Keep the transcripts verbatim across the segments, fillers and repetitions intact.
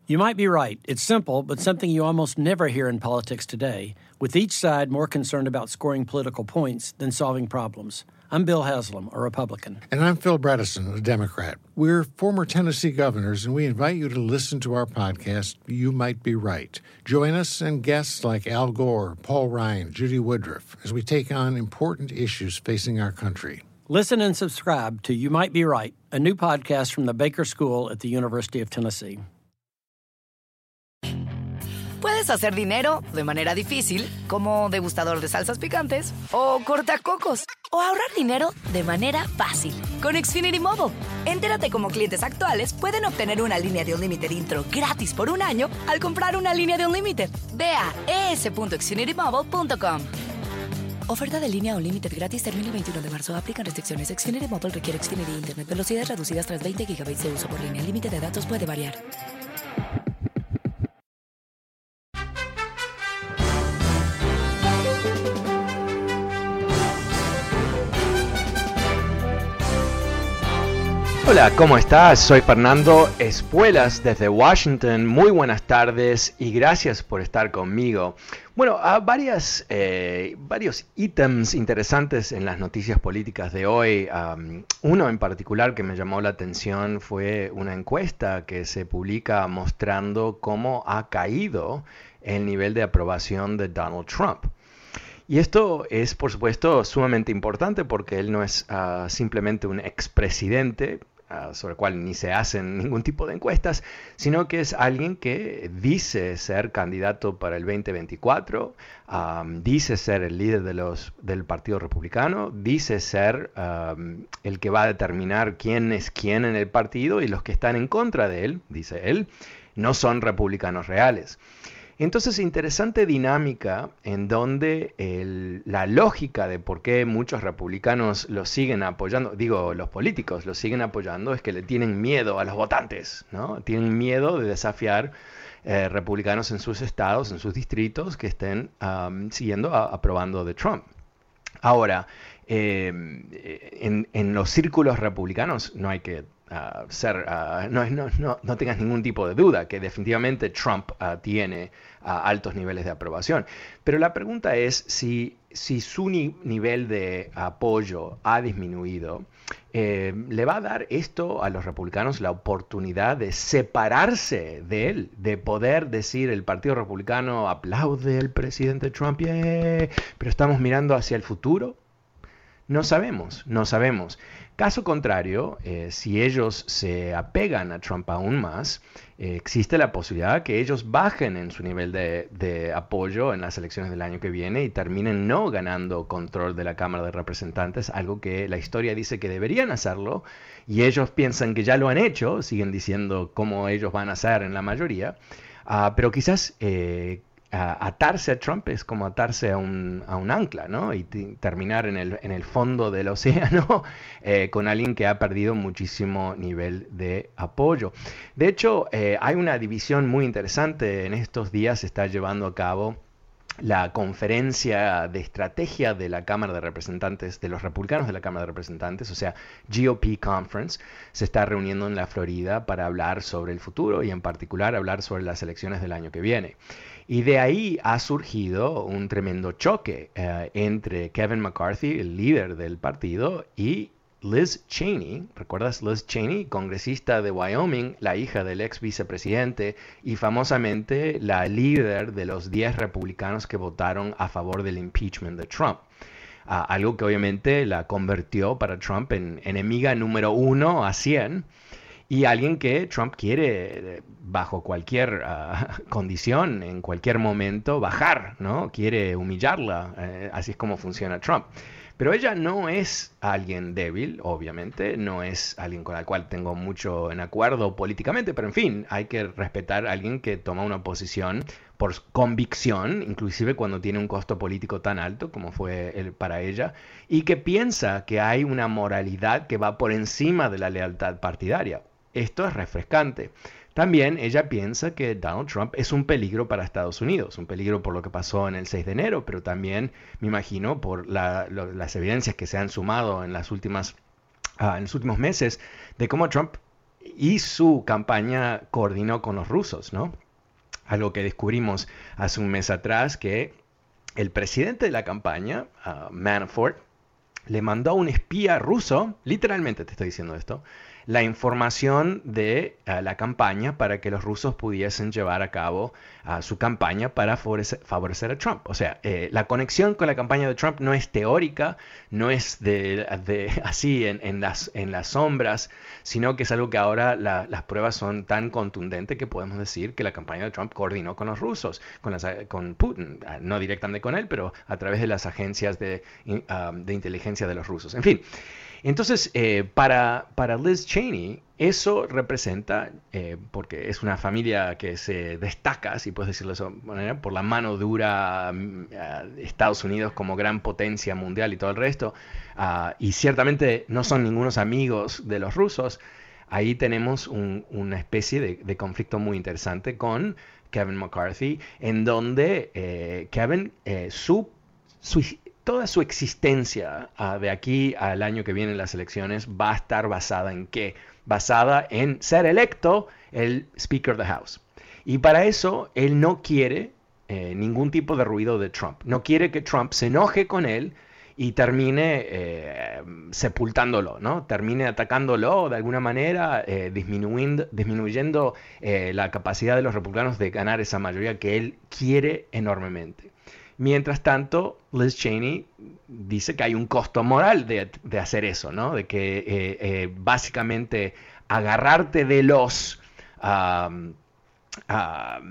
You might be right. It's simple, but something you almost never hear in politics today, with each side more concerned about scoring political points than solving problems. I'm Bill Haslam, a Republican. And I'm Phil Bredesen, a Democrat. We're former Tennessee governors, and we invite you to listen to our podcast, You Might Be Right. Join us and guests like Al Gore, Paul Ryan, Judy Woodruff, as we take on important issues facing our country. Listen and subscribe to You Might Be Right, a new podcast from the Baker School at the University of Tennessee. Puedes hacer dinero de manera difícil, como degustador de salsas picantes, o cortacocos, o ahorrar dinero de manera fácil con Xfinity Mobile. Entérate cómo clientes actuales pueden obtener una línea de Unlimited intro gratis por un año al comprar una línea de Unlimited. Ve a e s punto xfinity mobile punto com. Oferta de línea Unlimited gratis termina el veintiuno de marzo. Aplican restricciones. Xfinity Mobile requiere Xfinity Internet. Velocidades reducidas tras veinte gigabytes de uso por línea. El límite de datos puede variar. Hola, ¿cómo estás? Soy Fernando Espuelas desde Washington. Muy buenas tardes y gracias por estar conmigo. Bueno, hay varias, eh, varios ítems interesantes en las noticias políticas de hoy. Um, uno en particular que me llamó la atención fue una encuesta que se publica mostrando cómo ha caído el nivel de aprobación de Donald Trump. Y esto es, por supuesto, sumamente importante porque él no es uh, simplemente un expresidente, uh, sobre el cual ni se hacen ningún tipo de encuestas, sino que es alguien que dice ser candidato para el veinte veinticuatro, um, dice ser el líder de los, del Partido Republicano, dice ser um, el que va a determinar quién es quién en el partido, y los que están en contra de él, dice él, no son republicanos reales. Entonces, interesante dinámica en donde el, la lógica de por qué muchos republicanos los siguen apoyando, digo, los políticos los siguen apoyando, es que le tienen miedo a los votantes, ¿no? Tienen miedo de desafiar eh, republicanos en sus estados, en sus distritos, que estén um, siguiendo, a, aprobando de Trump. Ahora, eh, en, en los círculos republicanos no hay que Uh, ser, uh, no, no, no, no tengas ningún tipo de duda que definitivamente Trump uh, tiene uh, altos niveles de aprobación. Pero la pregunta es si, si su ni nivel de apoyo ha disminuido, eh, ¿le va a dar esto a los republicanos la oportunidad de separarse de él? De poder decir, el Partido Republicano aplaude al presidente Trump, yeah, pero estamos mirando hacia el futuro. No sabemos, no sabemos. Caso contrario, eh, si ellos se apegan a Trump aún más, eh, existe la posibilidad que ellos bajen en su nivel de, de apoyo en las elecciones del año que viene y terminen no ganando control de la Cámara de Representantes, algo que la historia dice que deberían hacerlo, y ellos piensan que ya lo han hecho, siguen diciendo cómo ellos van a hacer en la mayoría, uh, pero quizás... Eh, Uh, atarse a Trump es como atarse a un, a un ancla, ¿no? Y terminar en el, en el fondo del océano eh, con alguien que ha perdido muchísimo nivel de apoyo. De hecho, eh, hay una división muy interesante. En estos días se está llevando a cabo la conferencia de estrategia de la Cámara de Representantes, de los republicanos de la Cámara de Representantes, o sea, G O P Conference, se está reuniendo en la Florida para hablar sobre el futuro y en particular hablar sobre las elecciones del año que viene. Y de ahí ha surgido un tremendo choque eh, entre Kevin McCarthy, el líder del partido, y Liz Cheney. ¿Recuerdas Liz Cheney? Congresista de Wyoming, la hija del ex vicepresidente y famosamente la líder de los diez republicanos que votaron a favor del impeachment de Trump. Uh, algo que obviamente la convirtió para Trump en enemiga número uno a cien. Y alguien que Trump quiere, bajo cualquier uh, condición, en cualquier momento, bajar, ¿no? Quiere humillarla. Eh, así es como funciona Trump. Pero ella no es alguien débil, obviamente. No es alguien con el cual tengo mucho en acuerdo políticamente. Pero, en fin, hay que respetar a alguien que toma una posición por convicción, inclusive cuando tiene un costo político tan alto como fue el para ella, y que piensa que hay una moralidad que va por encima de la lealtad partidaria. Esto es refrescante. También ella piensa que Donald Trump es un peligro para Estados Unidos, un peligro por lo que pasó en el seis de enero, pero también, me imagino, por la, lo, las evidencias que se han sumado en, las últimas, uh, en los últimos meses de cómo Trump y su campaña coordinó con los rusos, ¿no? Algo que descubrimos hace un mes atrás, que el presidente de la campaña, uh, Manafort, le mandó a un espía ruso, literalmente te estoy diciendo esto, la información de uh, la campaña para que los rusos pudiesen llevar a cabo uh, su campaña para favorecer, favorecer a Trump. O sea, eh, la conexión con la campaña de Trump no es teórica, no es de, de así en, en, las, en las sombras, sino que es algo que ahora la, las pruebas son tan contundentes que podemos decir que la campaña de Trump coordinó con los rusos, con, las, con Putin, no directamente con él, pero a través de las agencias de, uh, de inteligencia de los rusos. En fin. Entonces, eh, para, para Liz Cheney, eso representa, eh, porque es una familia que se destaca, si puedes decirlo de esa manera, por la mano dura de uh, Estados Unidos como gran potencia mundial y todo el resto, uh, y ciertamente no son ningunos amigos de los rusos. Ahí tenemos un, una especie de, de conflicto muy interesante con Kevin McCarthy, en donde eh, Kevin, eh, su, su toda su existencia uh, de aquí al año que viene en las elecciones va a estar basada en qué? Basada en ser electo el Speaker of the House. Y para eso él no quiere eh, ningún tipo de ruido de Trump. No quiere que Trump se enoje con él y termine eh, sepultándolo, ¿no? Termine atacándolo de alguna manera, eh, disminuyendo, disminuyendo eh, la capacidad de los republicanos de ganar esa mayoría que él quiere enormemente. Mientras tanto, Liz Cheney dice que hay un costo moral de, de hacer eso, ¿no? De que eh, eh, básicamente agarrarte de los um, uh,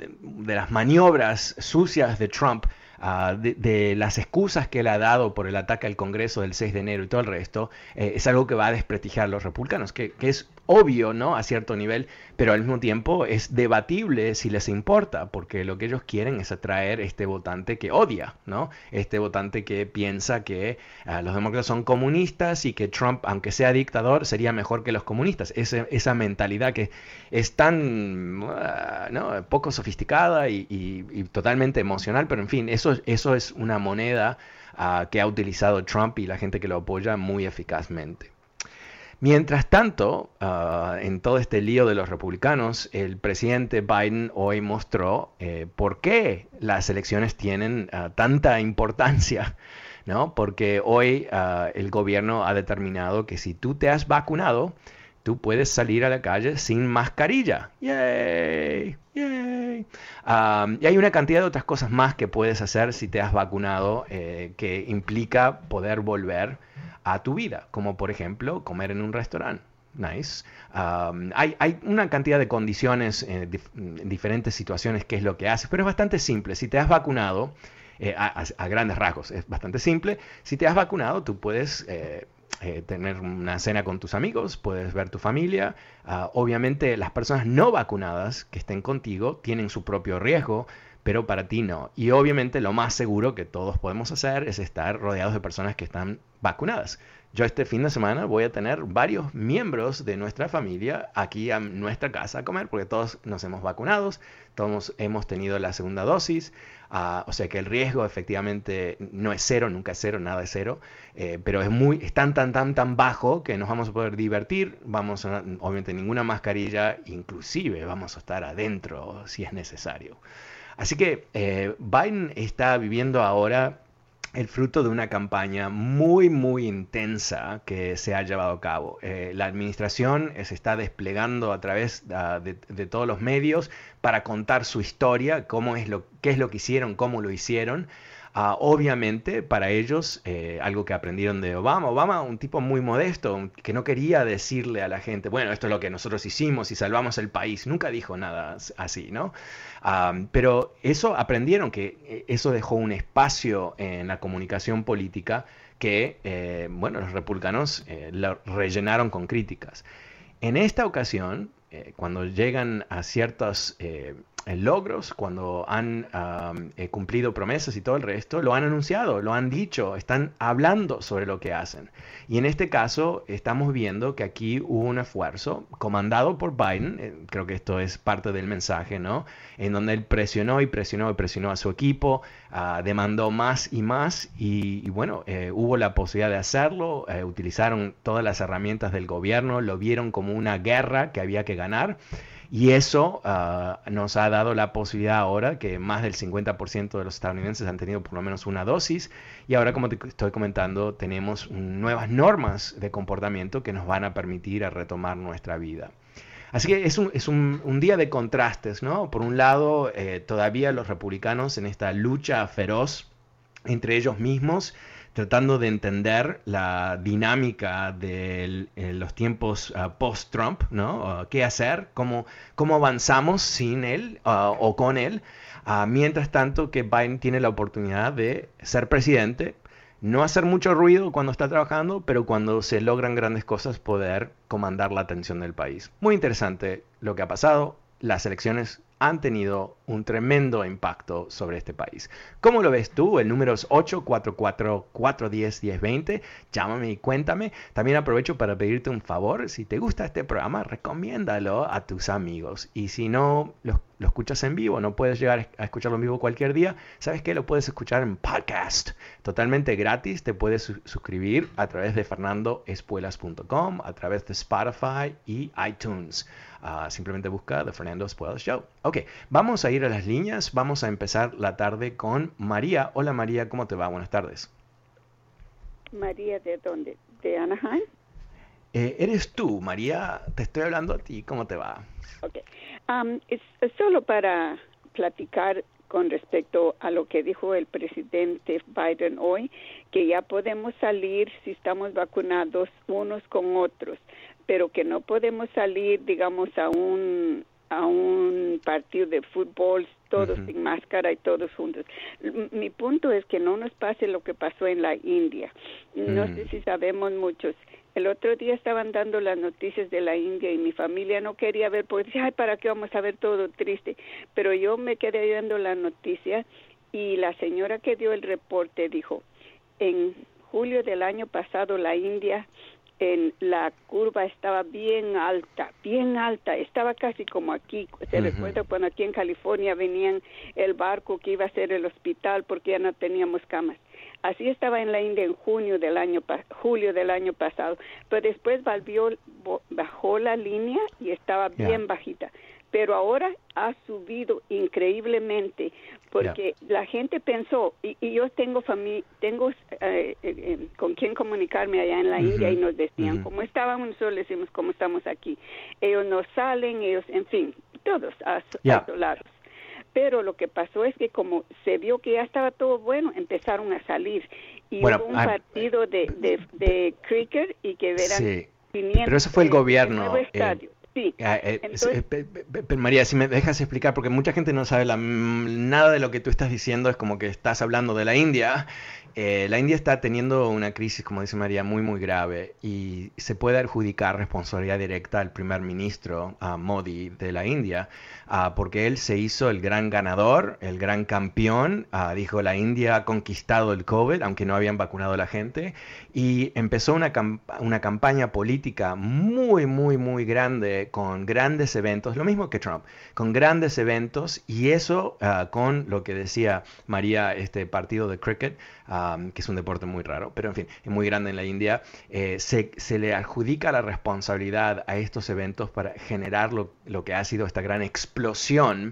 de las maniobras sucias de Trump, uh, de, de las excusas que él ha dado por el ataque al Congreso del seis de enero y todo el resto, eh, es algo que va a desprestigiar a los republicanos, que, que es obvio, ¿no? A cierto nivel, pero al mismo tiempo es debatible si les importa, porque lo que ellos quieren es atraer este votante que odia, ¿no? Este votante que piensa que uh, los demócratas son comunistas y que Trump, aunque sea dictador, sería mejor que los comunistas. Ese, esa mentalidad que es tan uh, ¿no? poco sofisticada y, y, y totalmente emocional, pero en fin, eso, eso es una moneda uh, que ha utilizado Trump y la gente que lo apoya muy eficazmente. Mientras tanto, uh, en todo este lío de los republicanos, el presidente Biden hoy mostró eh, por qué las elecciones tienen uh, tanta importancia, ¿no? Porque hoy uh, el gobierno ha determinado que si tú te has vacunado, tú puedes salir a la calle sin mascarilla. ¡Yay! ¡Yay! Um, y hay una cantidad de otras cosas más que puedes hacer si te has vacunado, eh, que implica poder volver a tu vida, como por ejemplo comer en un restaurante. Nice. Um, hay, hay una cantidad de condiciones eh, dif en diferentes situaciones que es lo que haces, pero es bastante simple. Si te has vacunado, eh, a, a grandes rasgos, es bastante simple. Si te has vacunado, tú puedes eh, eh, tener una cena con tus amigos, puedes ver tu familia. Uh, obviamente las personas no vacunadas que estén contigo tienen su propio riesgo, pero para ti no. Y obviamente lo más seguro que todos podemos hacer es estar rodeados de personas que están vacunadas. Yo este fin de semana voy a tener varios miembros de nuestra familia aquí a nuestra casa a comer, porque todos nos hemos vacunado, todos hemos tenido la segunda dosis, uh, o sea que el riesgo efectivamente no es cero, nunca es cero, nada es cero, eh, pero es, muy, es tan, tan, tan, tan bajo que nos vamos a poder divertir, vamos a, obviamente ninguna mascarilla, inclusive vamos a estar adentro si es necesario. Así que eh, Biden está viviendo ahora el fruto de una campaña muy, muy intensa que se ha llevado a cabo. Eh, la administración se está desplegando a través uh, de, de todos los medios para contar su historia, cómo es lo, qué es lo que hicieron, cómo lo hicieron. Uh, obviamente, para ellos, eh, algo que aprendieron de Obama. Obama, un tipo muy modesto, que no quería decirle a la gente, bueno, esto es lo que nosotros hicimos y salvamos el país. Nunca dijo nada así, ¿no? Um, pero eso aprendieron, que eso dejó un espacio en la comunicación política que, eh, bueno, los republicanos eh, lo rellenaron con críticas. En esta ocasión, eh, cuando llegan a ciertos... Eh, logros, cuando han um, eh, cumplido promesas y todo el resto, lo han anunciado, lo han dicho, están hablando sobre lo que hacen. Y en este caso estamos viendo que aquí hubo un esfuerzo comandado por Biden, eh, creo que esto es parte del mensaje, ¿no? En donde él presionó y presionó y presionó a su equipo, uh, demandó más y más y, y bueno, eh, hubo la posibilidad de hacerlo, eh, utilizaron todas las herramientas del gobierno, lo vieron como una guerra que había que ganar. Y eso uh, nos ha dado la posibilidad ahora que más del cincuenta por ciento de los estadounidenses han tenido por lo menos una dosis. Y ahora, como te estoy comentando, tenemos nuevas normas de comportamiento que nos van a permitir a retomar nuestra vida. Así que es un, es un, un día de contrastes, ¿no? Por un lado, eh, todavía los republicanos en esta lucha feroz entre ellos mismos, tratando de entender la dinámica de los tiempos uh, post-Trump, ¿no? Uh, ¿Qué hacer? ¿Cómo, cómo avanzamos sin él uh, o con él? Uh, mientras tanto que Biden tiene la oportunidad de ser presidente, no hacer mucho ruido cuando está trabajando, pero cuando se logran grandes cosas poder comandar la atención del país. Muy interesante lo que ha pasado. Las elecciones han tenido un tremendo impacto sobre este país. ¿Cómo lo ves tú? El número es ocho cuatro cuatro, cuatro uno cero, uno cero dos cero. Llámame y cuéntame. También aprovecho para pedirte un favor. Si te gusta este programa, recomiéndalo a tus amigos. Y si no lo, lo escuchas en vivo, no puedes llegar a escucharlo en vivo cualquier día, ¿sabes qué? Lo puedes escuchar en podcast. Totalmente gratis. Te puedes su- suscribir a través de fernando espuelas punto com, a través de Spotify y iTunes. Uh, simplemente busca The Fernando Espuelas Show. Ok, vamos a ir a las líneas. Vamos a empezar la tarde con María. Hola María, ¿cómo te va? Buenas tardes. María, ¿de dónde? ¿De Anaheim? Eh, ¿Eres tú, María? Te estoy hablando a ti. ¿Cómo te va? Ok. Um, es, es solo para platicar con respecto a lo que dijo el presidente Biden hoy, que ya podemos salir si estamos vacunados unos con otros, pero que no podemos salir, digamos, a un a un partido de fútbol todos uh-huh. sin máscara y todos juntos. Mi punto es que no nos pase lo que pasó en la India. No uh-huh. sé si sabemos muchos. El otro día estaban dando las noticias de la India y mi familia no quería ver, porque decía, ay, ¿para qué vamos a ver todo triste? Pero yo me quedé viendo la noticia y la señora que dio el reporte dijo, en julio del año pasado la India, en la curva estaba bien alta, bien alta, estaba casi como aquí. Se uh-huh. recuerda cuando aquí en California venían el barco que iba a ser el hospital porque ya no teníamos camas. Así estaba en la India en junio del año julio del año pasado, pero después volvió, bajó la línea y estaba bien yeah. bajita. Pero ahora ha subido increíblemente porque yeah. la gente pensó, y, y yo tengo familia, tengo eh, eh, con quien comunicarme allá en la uh-huh. India y nos decían, uh-huh. ¿cómo estábamos? Nosotros decimos, ¿cómo estamos aquí? Ellos no salen, ellos, en fin, todos as, yeah. isolados. Pero lo que pasó es que como se vio que ya estaba todo bueno, empezaron a salir. Y bueno, hubo un I'm... partido de, de, de cricket y que verán sí. Pero eso fue el gobierno. El nuevo estadio. Eh... Sí. Eh, Entonces, eh, eh, María, si me dejas explicar, porque mucha gente no sabe la, nada de lo que tú estás diciendo, es como que estás hablando de la India. Eh, la India está teniendo una crisis, como dice María, muy muy grave y se puede adjudicar responsabilidad directa al primer ministro uh, Modi de la India, uh, porque él se hizo el gran ganador, el gran campeón, uh, dijo la India ha conquistado el COVID, aunque no habían vacunado a la gente, y empezó una, camp- una campaña política muy muy muy grande con grandes eventos, lo mismo que Trump, con grandes eventos y eso uh, con lo que decía María, este partido de cricket, Um, que es un deporte muy raro, pero en fin, es muy grande en la India, eh, se, se le adjudica la responsabilidad a estos eventos para generar lo, lo que ha sido esta gran explosión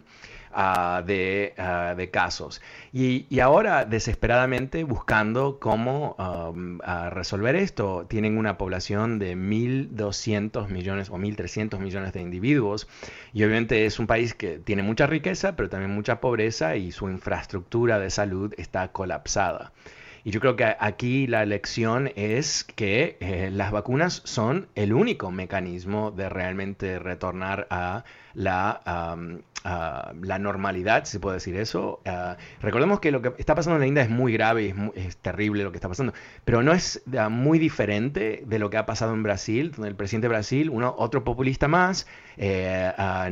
uh, de, uh, de casos. Y, y ahora, desesperadamente, buscando cómo um, uh, resolver esto, tienen una población de mil doscientos millones o mil trescientos millones de individuos, y obviamente es un país que tiene mucha riqueza, pero también mucha pobreza, y su infraestructura de salud está colapsada. Y yo creo que aquí la lección es que eh, las vacunas son el único mecanismo de realmente retornar a la, um, uh, la normalidad, si se puede decir eso. Uh, recordemos que lo que está pasando en la India es muy grave, es, muy, es terrible lo que está pasando, pero no es uh, muy diferente de lo que ha pasado en Brasil, donde el presidente de Brasil, uno, otro populista más, eh, uh,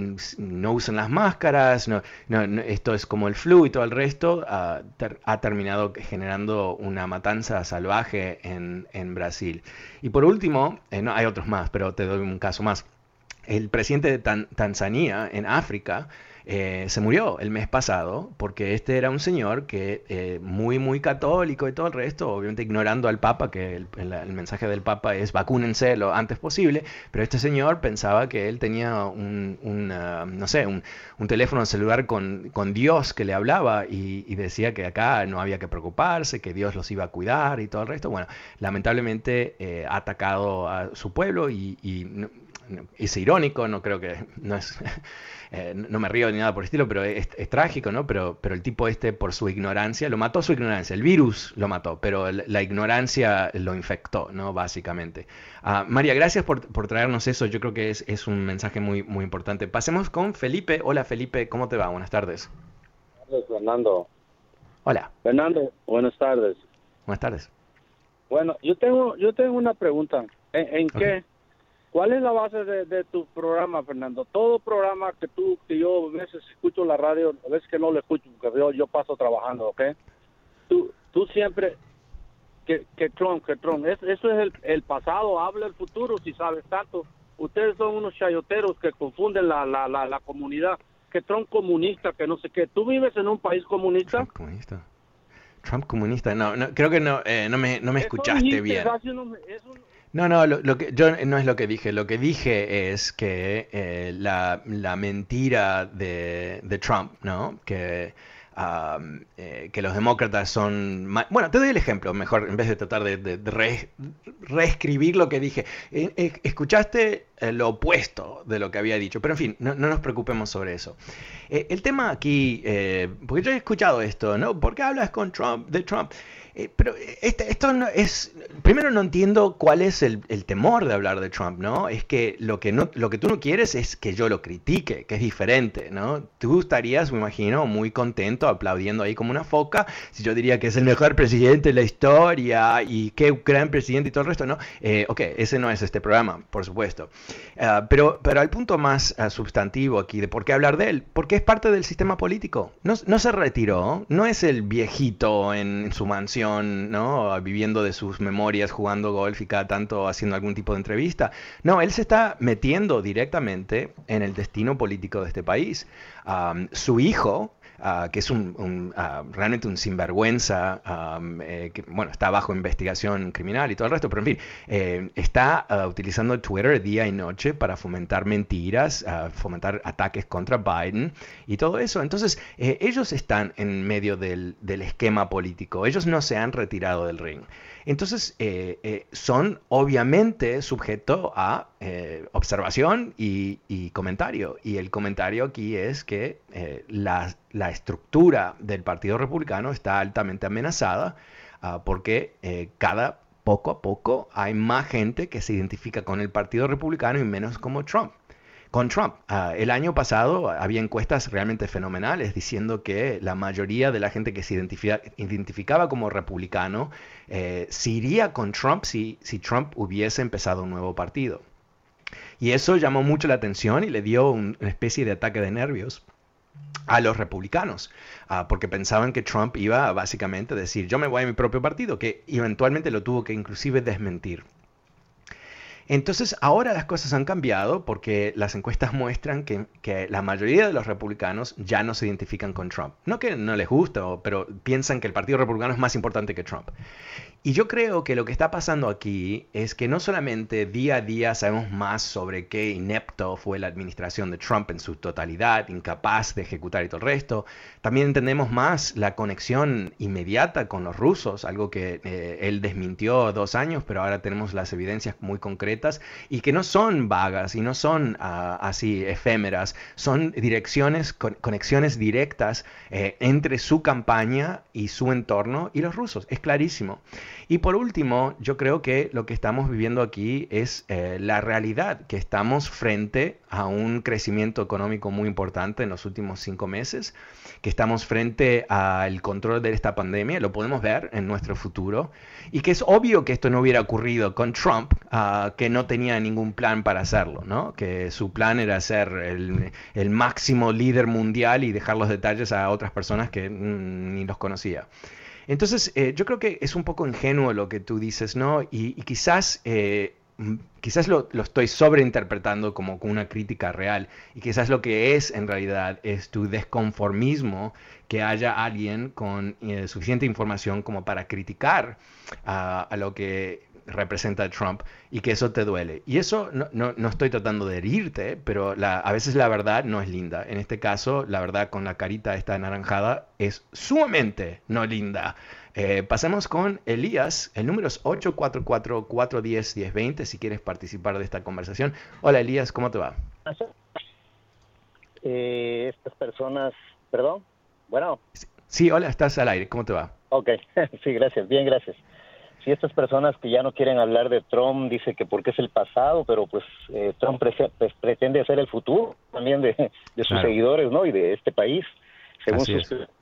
no usan las máscaras, no, no, no, esto es como el flu y todo el resto, uh, ter, ha terminado generando una matanza salvaje en, en Brasil. Y por último, eh, no, hay otros más, pero te doy un caso más. El presidente de Tan Tanzania, en África, eh, se murió el mes pasado porque este era un señor que eh, muy, muy católico y todo el resto, obviamente ignorando al Papa, que el, el, el mensaje del Papa es vacúnense lo antes posible, pero este señor pensaba que él tenía un, un uh, no sé, un, un teléfono celular con, con Dios que le hablaba y, y decía que acá no había que preocuparse, que Dios los iba a cuidar y todo el resto. Bueno, lamentablemente eh, ha atacado a su pueblo y... y no, es irónico, no creo que, no es, eh, no me río ni nada por el estilo, pero es, es trágico, ¿no? Pero, pero el tipo este, por su ignorancia, lo mató su ignorancia, el virus lo mató, pero el, la ignorancia lo infectó, ¿no? Básicamente. Uh, María, gracias por, por traernos eso, yo creo que es, es un mensaje muy, muy importante. Pasemos con Felipe. Hola Felipe, ¿cómo te va? Buenas tardes. Buenas tardes, Fernando. Hola. Fernando, buenas tardes. Buenas tardes. Bueno, yo tengo, yo tengo una pregunta. ¿En, en okay. qué? ¿Cuál es la base de, de tu programa, Fernando? Todo programa que tú, que yo a veces escucho la radio, a veces que no lo escucho, porque yo, yo paso trabajando, ¿ok? Tú, tú siempre, que, que Trump, que Trump, es, eso es el, el pasado, habla el futuro, si sabes tanto. Ustedes son unos chayoteros que confunden la, la, la, la comunidad, que Trump comunista, que no sé qué. ¿Tú vives en un país comunista? Trump comunista. Trump comunista, no, no creo que no, eh, no me, no me escuchaste bien. Un, es un, No, no, lo, lo que, yo no es lo que dije. Lo que dije es que eh, la, la mentira de, de Trump, ¿no? Que, um, eh, que los demócratas son... Bueno, te doy el ejemplo, mejor, en vez de tratar de, de, de re, reescribir lo que dije. Eh, eh, escuchaste eh, lo opuesto de lo que había dicho, pero en fin, no, no nos preocupemos sobre eso. Eh, el tema aquí, eh, porque yo he escuchado esto, ¿no? ¿Por qué hablas con Trump, de Trump? Eh, pero este, esto no es... Primero no entiendo cuál es el, el temor de hablar de Trump, ¿no? Es que lo que no, lo que tú no quieres es que yo lo critique, que es diferente, ¿no? Tú estarías, me imagino, muy contento, aplaudiendo ahí como una foca, si yo diría que es el mejor presidente de la historia y qué gran presidente y todo el resto, ¿no? Eh, ok, ese no es este programa, por supuesto. Uh, pero, pero al punto más uh, sustantivo aquí de por qué hablar de él, porque es parte del sistema político. No, no se retiró, no es el viejito en, en su mansión, ¿no? Viviendo de sus memorias, jugando golf y cada tanto haciendo algún tipo de entrevista. No, él se está metiendo directamente en el destino político de este país. Um, su hijo, Uh, que es un, un, uh, realmente un sinvergüenza, um, eh, que, bueno, está bajo investigación criminal y todo el resto, pero en fin, eh, está uh, utilizando Twitter día y noche para fomentar mentiras, uh, fomentar ataques contra Biden y todo eso. Entonces, eh, ellos están en medio del, del esquema político, ellos no se han retirado del ring. Entonces, eh, eh, son obviamente sujetos a eh, observación y, y comentario. Y el comentario aquí es que eh, la, la estructura del Partido Republicano está altamente amenazada uh, porque eh, cada poco a poco hay más gente que se identifica con el Partido Republicano y menos como Trump. Con Trump, uh, el año pasado había encuestas realmente fenomenales diciendo que la mayoría de la gente que se identifica, identificaba como republicano eh, se iría con Trump si, si Trump hubiese empezado un nuevo partido. Y eso llamó mucho la atención y le dio un, una especie de ataque de nervios a los republicanos, uh, porque pensaban que Trump iba básicamente a decir yo me voy a mi propio partido, que eventualmente lo tuvo que inclusive desmentir. Entonces ahora las cosas han cambiado porque las encuestas muestran que, que la mayoría de los republicanos ya no se identifican con Trump. No que no les gusta, pero piensan que el Partido Republicano es más importante que Trump. Y yo creo que lo que está pasando aquí es que no solamente día a día sabemos más sobre qué inepto fue la administración de Trump en su totalidad, incapaz de ejecutar y todo el resto, también entendemos más la conexión inmediata con los rusos, algo que eh, él desmintió dos años, pero ahora tenemos las evidencias muy concretas concretas y que no son vagas y no son uh, así efémeras, son direcciones, con, conexiones directas eh, entre su campaña y su entorno y los rusos, es clarísimo. Y por último, yo creo que lo que estamos viviendo aquí es eh, la realidad, que estamos frente a un crecimiento económico muy importante en los últimos cinco meses, que estamos frente al control de esta pandemia, lo podemos ver en nuestro futuro, y que es obvio que esto no hubiera ocurrido con Trump, uh, que no tenía ningún plan para hacerlo, ¿no? Que su plan era ser el, el máximo líder mundial y dejar los detalles a otras personas que mm, ni los conocía. Entonces, eh, yo creo que es un poco ingenuo lo que tú dices, ¿no? Y, y quizás, eh, quizás lo, lo estoy sobreinterpretando como una crítica real. Y quizás lo que es, en realidad, es tu desconformismo que haya alguien con eh, suficiente información como para criticar uh, a lo que representa Trump y que eso te duele. Y eso no, no, no estoy tratando de herirte, pero la, a veces la verdad no es linda. En este caso, la verdad con la carita esta anaranjada es sumamente no linda. Eh, pasemos con Elías. El número es ocho cuatro cuatro, cuatro uno cero, uno cero dos cero si quieres participar de esta conversación. Hola Elías, ¿cómo te va? Eh, estas personas, perdón, bueno. Sí, hola, estás al aire, ¿cómo te va? Ok, sí, gracias, bien, gracias. Si estas personas que ya no quieren hablar de Trump, dice que porque es el pasado, pero pues eh, Trump pre- pues, pretende ser el futuro también de, de sus claro. seguidores, ¿no? Y de este país, según Así sus... es.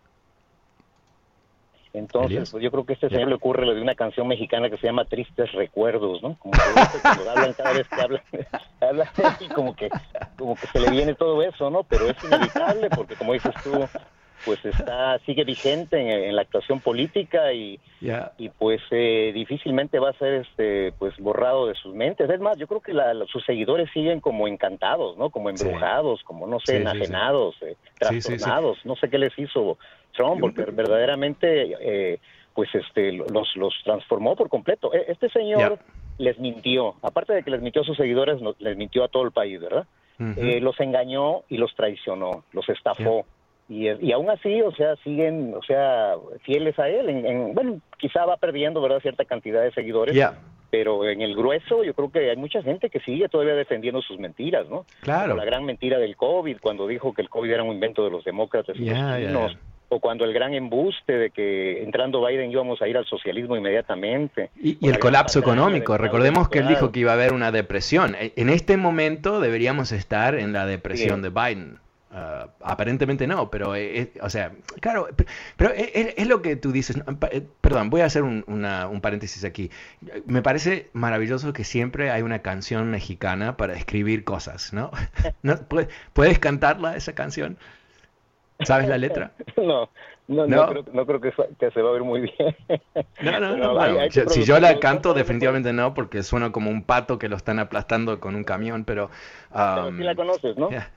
Entonces, pues yo creo que a este señor le ocurre lo de una canción mexicana que se llama Tristes Recuerdos, ¿no? Como que cuando hablan cada vez que hablan, hablan y como que, como que se le viene todo eso, ¿no? Pero es inevitable porque, como dices tú, pues está sigue vigente en, en la actuación política y, yeah. y pues eh, difícilmente va a ser este pues borrado de sus mentes. Es más, yo creo que la, la, sus seguidores siguen como encantados, ¿no? Como embrujados, sí. como no sé, sí, enajenados, sí, sí. Eh, trastornados. Sí, sí, sí. No sé qué les hizo Trump, porque verdaderamente eh, pues este los los transformó por completo. Este señor yeah. les mintió, aparte de que les mintió a sus seguidores, les mintió a todo el país, ¿verdad? Uh-huh. Eh, los engañó y los traicionó, los estafó. Yeah. Y, y aún así, o sea, siguen, o sea, fieles a él. En, en, bueno, quizá va perdiendo, ¿verdad?, cierta cantidad de seguidores. Yeah. Pero en el grueso yo creo que hay mucha gente que sigue todavía defendiendo sus mentiras, ¿no? Claro. Como la gran mentira del COVID, cuando dijo que el COVID era un invento de los demócratas y yeah, los chinos. Yeah. O cuando el gran embuste de que entrando Biden íbamos a ir al socialismo inmediatamente. Y, y el colapso económico. Recordemos que él dijo que iba a haber una depresión. En este momento deberíamos estar en la depresión sí. de Biden. Uh, aparentemente no, pero, es, o sea, claro, pero es, es lo que tú dices. Perdón, voy a hacer un, una, un paréntesis aquí. Me parece maravilloso que siempre hay una canción mexicana para escribir cosas, ¿no? ¿No? ¿Puedes cantarla, esa canción? ¿Sabes la letra? No, no, no, no creo, no creo que, que se va a ver muy bien. No, no, no. Bueno, hay, hay yo, si yo la canto, definitivamente no, porque suena como un pato que lo están aplastando con un camión, pero... Um, pero sí la conoces, ¿no? Yeah.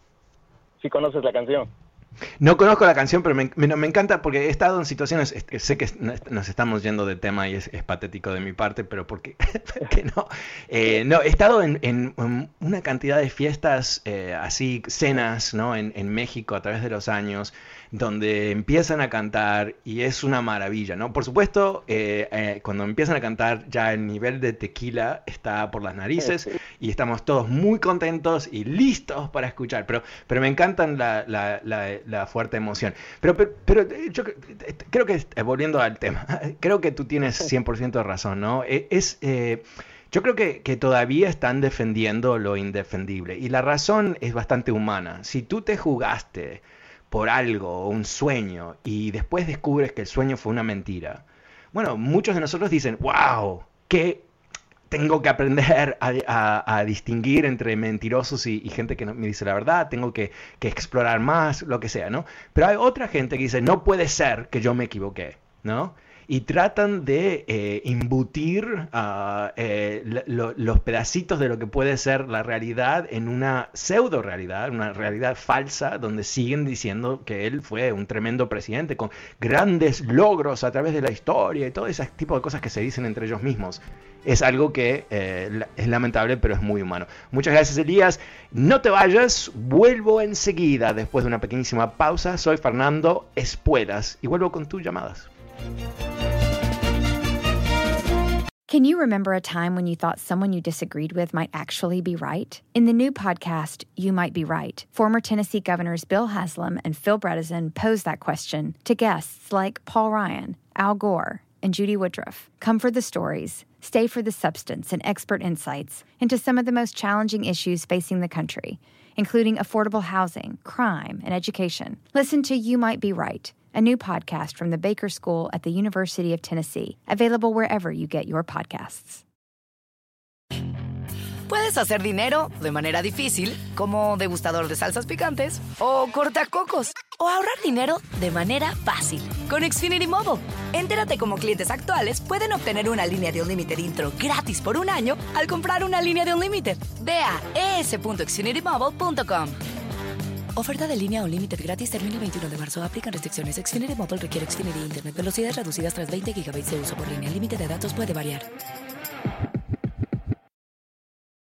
¿Sí conoces la canción? No conozco la canción, pero me, me, me encanta porque he estado en situaciones, sé que nos estamos yendo de tema y es, es patético de mi parte, pero ¿por qué, ¿por qué no? Eh, no, he estado en, en, en una cantidad de fiestas, eh, así, cenas, ¿no? En, en México a través de los años, donde empiezan a cantar y es una maravilla, ¿no? Por supuesto, eh, eh, cuando empiezan a cantar ya el nivel de tequila está por las narices y estamos todos muy contentos y listos para escuchar, pero, pero me encantan la, la, la, la fuerte emoción. Pero, pero, pero yo creo que, volviendo al tema, creo que tú tienes cien por ciento de razón, ¿no? Es... Eh, Yo creo que, que todavía están defendiendo lo indefendible y la razón es bastante humana. Si tú te jugaste por algo, un sueño, y después descubres que el sueño fue una mentira, bueno, muchos de nosotros dicen, wow, que tengo que aprender a, a, a distinguir entre mentirosos y, y gente que no me dice la verdad, tengo que, que explorar más, lo que sea, ¿no? Pero hay otra gente que dice, no puede ser que yo me equivoqué, ¿no? Y tratan de eh, embutir uh, eh, lo, los pedacitos de lo que puede ser la realidad en una pseudo realidad, una realidad falsa, donde siguen diciendo que él fue un tremendo presidente con grandes logros a través de la historia y todo ese tipo de cosas que se dicen entre ellos mismos. Es algo que eh, es lamentable, pero es muy humano. Muchas gracias, Elías. No te vayas, vuelvo enseguida después de una pequeñísima pausa. Soy Fernando Espuelas y vuelvo con tus llamadas. Can you remember a time when you thought someone you disagreed with might actually be right? In the new podcast, You Might Be Right, former Tennessee Governors Bill Haslam and Phil Bredesen pose that question to guests like Paul Ryan, Al Gore, and Judy Woodruff. Come for the stories, stay for the substance and expert insights into some of the most challenging issues facing the country, including affordable housing, crime, and education. Listen to You Might Be Right, a new podcast from the Baker School at the University of Tennessee, available wherever you get your podcasts. Puedes hacer dinero de manera difícil, como degustador de salsas picantes, o cortacocos, o ahorrar dinero de manera fácil con Xfinity Mobile. Entérate cómo clientes actuales pueden obtener una línea de Unlimited intro gratis por un año al comprar una línea de Unlimited. Ve a e s punto xfinity mobile punto com. Oferta de línea Unlimited gratis termina el veintiuno de marzo. Aplican restricciones. Xfinity Mobile requiere Xfinity Internet. Velocidades reducidas tras veinte gigabytes de uso por línea. El límite de datos puede variar.